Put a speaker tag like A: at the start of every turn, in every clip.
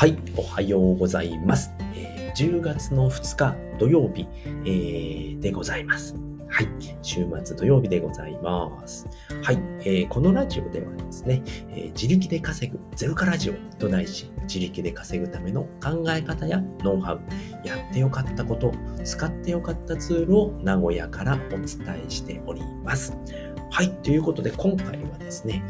A: はい、おはようございます。10月の2日土曜日、でございます。はい、週末土曜日でございます。はい、このラジオではですね、自力で稼ぐゼロからラジオと題し、自力で稼ぐための考え方やノウハウ、やってよかったこと、使ってよかったツールを名古屋からお伝えしております。はい、ということで今回はですね、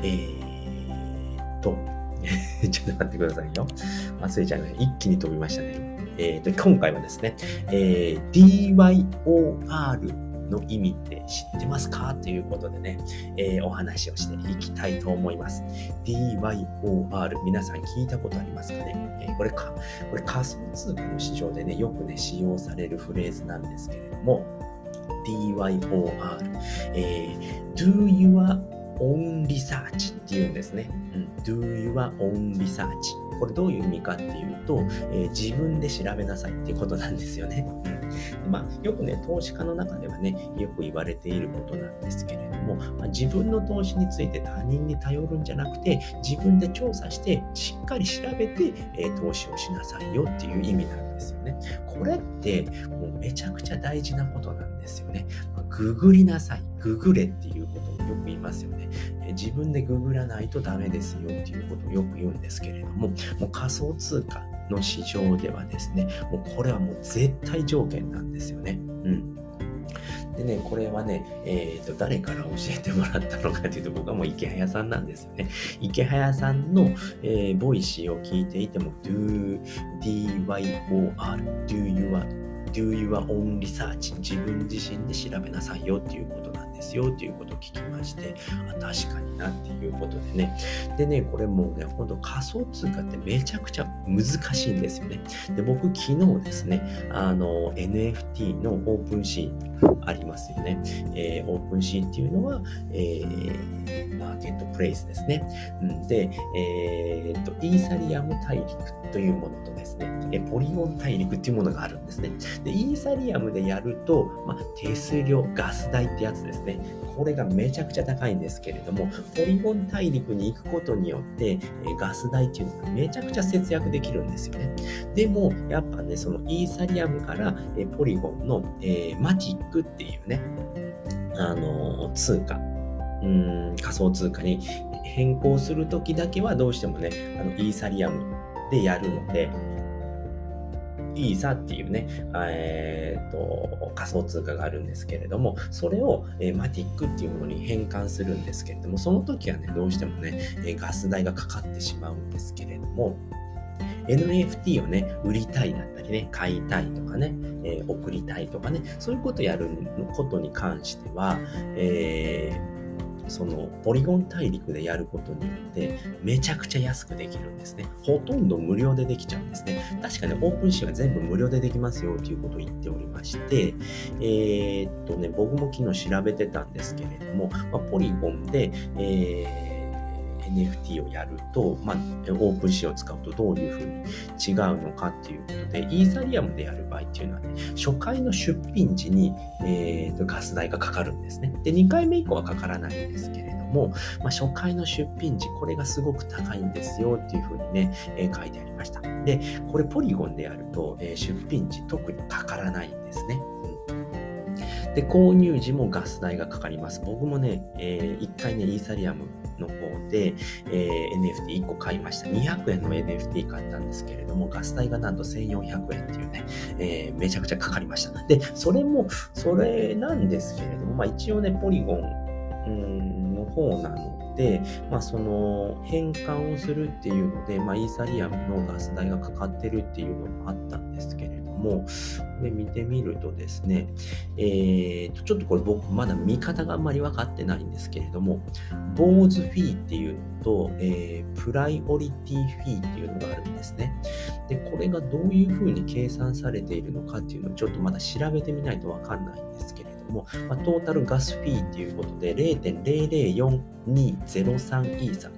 A: ちょっと待ってくださいよ。忘れちゃいました。一気に飛びましたね。今回はですね、DYOR の意味って知ってますかということでね、お話をしていきたいと思います。DYOR、皆さん聞いたことありますかね。これ仮想通貨の市場でね、よくね、使用されるフレーズなんですけれども、DYOR、Do Your Own Research っていうんですね。Do Your Own Research。これどういう意味かっていうと、自分で調べなさいっていうことなんですよね。よくね、投資家の中ではね、よく言われていることなんですけれども、自分の投資について他人に頼るんじゃなくて、自分で調査してしっかり調べて、投資をしなさいよっていう意味なんですよね。これってもうめちゃくちゃ大事なことなんですよね。ググりなさい。ググれっていうことをよく言いますよね。自分でググらないとダメですよっていうことをよく言うんですけれども、もう仮想通貨の市場ではですね、もうこれはもう絶対条件なんですよね。でね、これはね、誰から教えてもらったのかというと、僕はもう池早さんなんですよね。池早さんの、ボイシーを聞いていても、Do your own research 自分自身で調べなさいよっていうことなんですよっていうことを聞きまして、確かになっていうことでね。でね、これもうね、ほんと仮想通貨ってめちゃくちゃ難しいんですよね。で、僕昨日ですね、NFT のオープンシーありますよね。オープンシーっていうのは、マーケットプレイスですね。で、イーサリアム大陸というものとですね、ポリゴン大陸っていうものがあるんですね。で、イーサリアムでやると、手数料、ガス代ってやつですね。これがめちゃくちゃ高いんですけれども、ポリゴン大陸に行くことによって、ガス代っていうのがめちゃくちゃ節約できるんですよね。でも、やっぱね、そのイーサリアムから、ポリゴンの、マティックっていうね、通貨、仮想通貨に変更するときだけはどうしてもね、イーサリアムでやるので、イーサっていうね、仮想通貨があるんですけれども、それを、マティックっていうものに変換するんですけれども、その時はね、どうしてもね、ガス代がかかってしまうんですけれども、NFT をね、売りたいだったりね、買いたいとかね、送りたいとかね、そういうことやることに関しては、そのポリゴン大陸でやることによってめちゃくちゃ安くできるんですね。ほとんど無料でできちゃうんですね。確かね、オープンシーは全部無料でできますよということを言っておりまして、僕も昨日調べてたんですけれども、ポリゴンで、NFT をやると、オープンシーを使うとどういうふうに違うのかっていうことで、イーサリアムでやる場合っていうのはね、初回の出品時に、ガス代がかかるんですね。で、2回目以降はかからないんですけれども、初回の出品時、これがすごく高いんですよっていうふうにね、書いてありました。で、これポリゴンでやると、出品時特にかからないんですね。で、購入時もガス代がかかります。僕もね、1回ね、イーサリアムの方で、NFT1 個買いました。200円の NFT 買ったんですけれども、ガス代がなんと1400円っていうね、めちゃくちゃかかりました。で、それなんですけれども、一応ね、ポリゴンの方なので、その変換をするっていうので、イーサリアムのガス代がかかってるっていうのもあったんですけれども、これ見てみるとですね、ちょっとこれ僕まだ見方があんまり分かってないんですけれども、ボーズフィーっていうのと、プライオリティフィーっていうのがあるんですね。で、これがどういうふうに計算されているのかっていうのをちょっとまだ調べてみないと分かんないんですけれども、トータルガスフィーっていうことで 0.004203 イーサ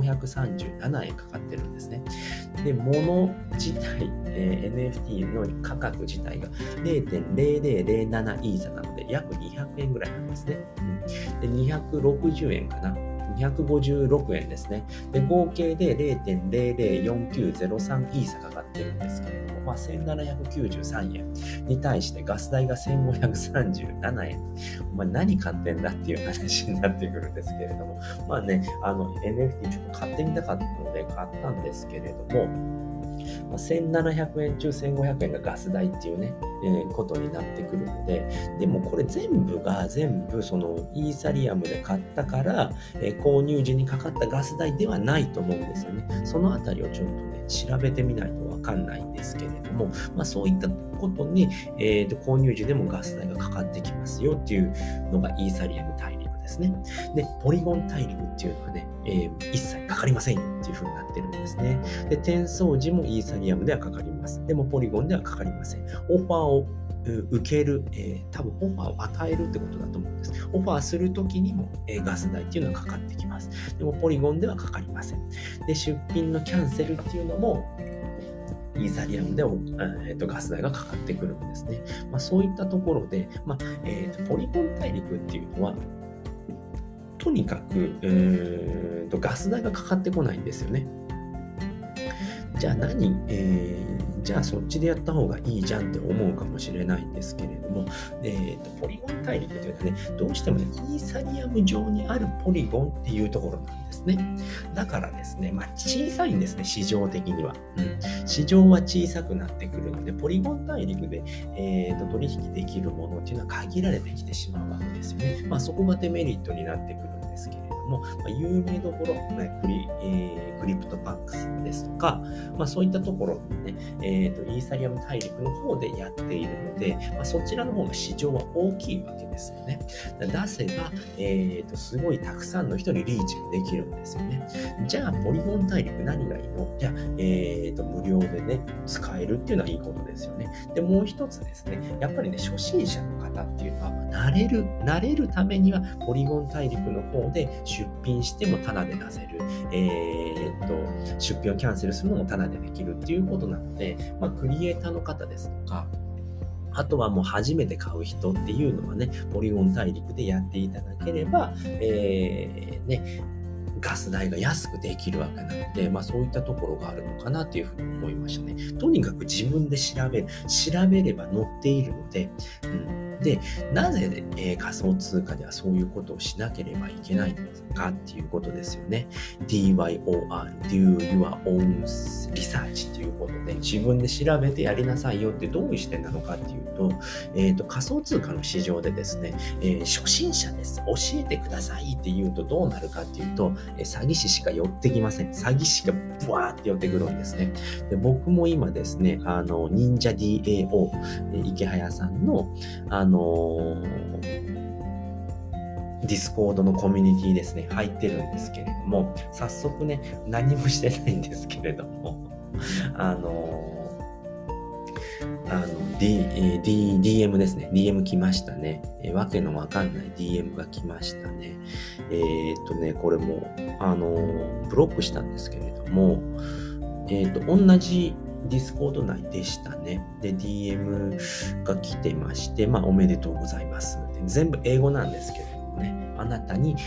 A: 1537円かかってるんですね。で、物自体、NFT の価格自体が 0.0007 イーサなので約200円ぐらいなんですね。で、260円かな。 256円ですね。で、合計で 0.004903 イーサかかってるんですけれども、1793円に対してガス代が1537円。お前何買ってんだっていう話になってくるんですけれども、NFT ちょっと買ってみたかったので買ったんですけれども、1700円中1500円がガス代っていうね、ことになってくるので、でもこれ全部そのイーサリアムで買ったから、購入時にかかったガス代ではないと思うんですよね。そのあたりをちょっとね、調べてみないとわかんないんですけれども、そういったことに、購入時でもガス代がかかってきますよっていうのがイーサリアム大陸ですね。で、ポリゴン大陸っていうのはね、一切かかりませんよっていう風になってるんですね。で、転送時もイーサリアムではかかります。でもポリゴンではかかりません。オファーを受ける、多分オファーを与えるってことだと思うんです。オファーするときにも、ガス代っていうのはかかってきます。でもポリゴンではかかりません。で、出品のキャンセルっていうのもイーサリアムでガス代がかかってくるんですね。そういったところで、ポリゴン大陸っていうのはとにかくガス代がかかってこないんですよね。じゃあじゃあそっちでやった方がいいじゃんって思うかもしれないんですけれども、ポリゴン大陸というのはね、どうしてもね、イーサリアム上にあるポリゴンっていうところなんですね。だからですね、小さいんですね、市場的には。市場は小さくなってくるので、ポリゴン大陸で、取引できるものっていうのは限られてきてしまうわけですよね。そこがデメリットになってくるんですけれども、有名どころ、クリプトパンクスですとか、そういったところね、イーサリアム大陸の方でやっているので、そちらの方が市場は大きいわけですよね。出せば、すごいたくさんの人にリーチができるんですよね。じゃあ、ポリゴン大陸何がいいの？じゃあ、無料でね、使えるっていうのはいいことですよね。で、もう一つですね、やっぱりね、初心者の方っていうのは、慣れるためには、ポリゴン大陸の方で出品してもタダで出せる。出品をキャンセルするのもタダでできるっていうことなので、クリエイターの方ですとか、あとはもう初めて買う人っていうのはね、ポリゴン大陸でやっていただければ、ガス代が安くできるわけなので、そういったところがあるのかなというふうに思いましたね。とにかく自分で調べれば載っているので、で、なぜ、仮想通貨ではそういうことをしなければいけないのかっていうことですよね。DYOR, Do Your Own Research ということで、自分で調べてやりなさいよってどういう視点なのかっていうと、仮想通貨の市場でですね、初心者です。教えてくださいって言うとどうなるかっていうと、詐欺師しか寄ってきません。詐欺師がブワーって寄ってくるんですね。で、僕も今ですね、忍者 DAO、池早さんの、ディスコードのコミュニティですね、入ってるんですけれども、早速ね、何もしてないんですけれども、DM ですね。DM 来ましたね。わけのわかんない DM が来ましたね。これも、ブロックしたんですけれども、同じディスコード内でしたね。で、DM が来てまして、おめでとうございます。全部英語なんですけれどもね、あなたに、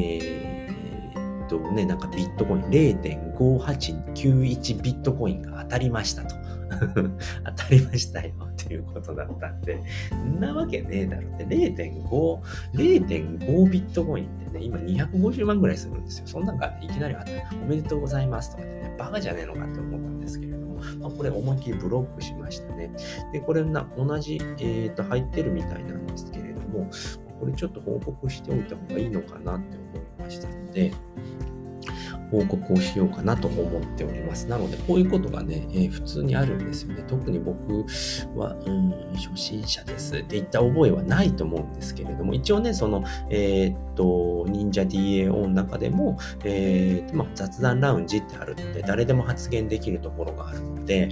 A: なんかビットコイン 0.5891 ビットコインが当たりましたと。当たりましたよっていうことだったんで、んなわけねえだろって。0.5ビットコインってね、今250万ぐらいするんですよ。そんなんがね、いきなりおめでとうございますとかってね、バカじゃねえのかって思ったんですけれども、これ思いっきりブロックしましたね。で、これ同じ、入ってるみたいなんですけれども、これちょっと報告しておいた方がいいのかなって思いましたので、報告をしようかなと思っております。なので、こういうことがね、普通にあるんですよね。特に僕は、初心者ですって言った覚えはないと思うんですけれども、一応ね、その、忍者 DAO の中でも、雑談ラウンジってあるので、誰でも発言できるところがあるので、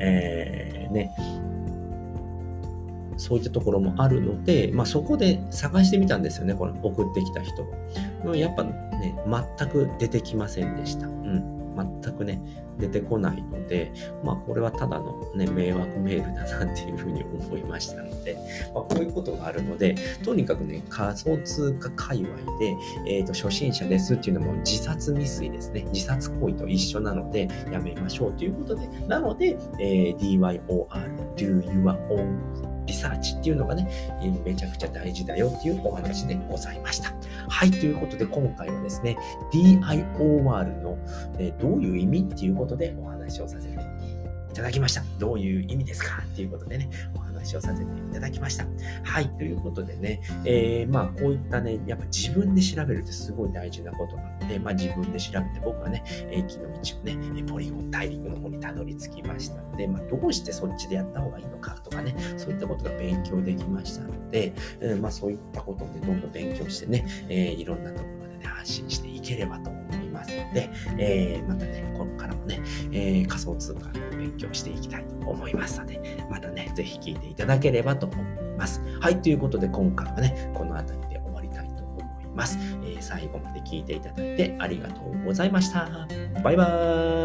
A: そういったところもあるので、そこで探してみたんですよね、これ送ってきた人は。やっぱね、全く出てきませんでした。 全くね、出てこないので、これはただのね、迷惑メールだなっていうふうに思いましたので、こういうことがあるので、とにかくね、仮想通貨界隈で、初心者ですっていうのも自殺未遂ですね。自殺行為と一緒なので、やめましょうということで、なので、DYOR, Do Your Own Research っていうのがね、めちゃくちゃ大事だよっていうお話でございました。はい、ということで今回はですね、DIOR の、どういう意味っていうことでお話をさせていただきました。どういう意味ですかっていうことでね、お話をさせていただきました。はい、ということでね、こういったね、やっぱ自分で調べるってすごい大事なことなので、自分で調べて僕はね、昨日一応ね、ポリゴン大陸の方にたどり着きましたので、どうしてそっちでやった方がいいのかとかね、そういったことが勉強できましたので、そういったことでどんどん勉強してね、いろんなところでね、発信していければと思いますので、またね、これからもね、仮想通貨の勉強していきたいと思いますので、またね、ぜひ聞いていただければと思います。はい、ということで今回はね、この辺りで終わりたいと思います。最後まで聞いていただいてありがとうございました。バイバーイ。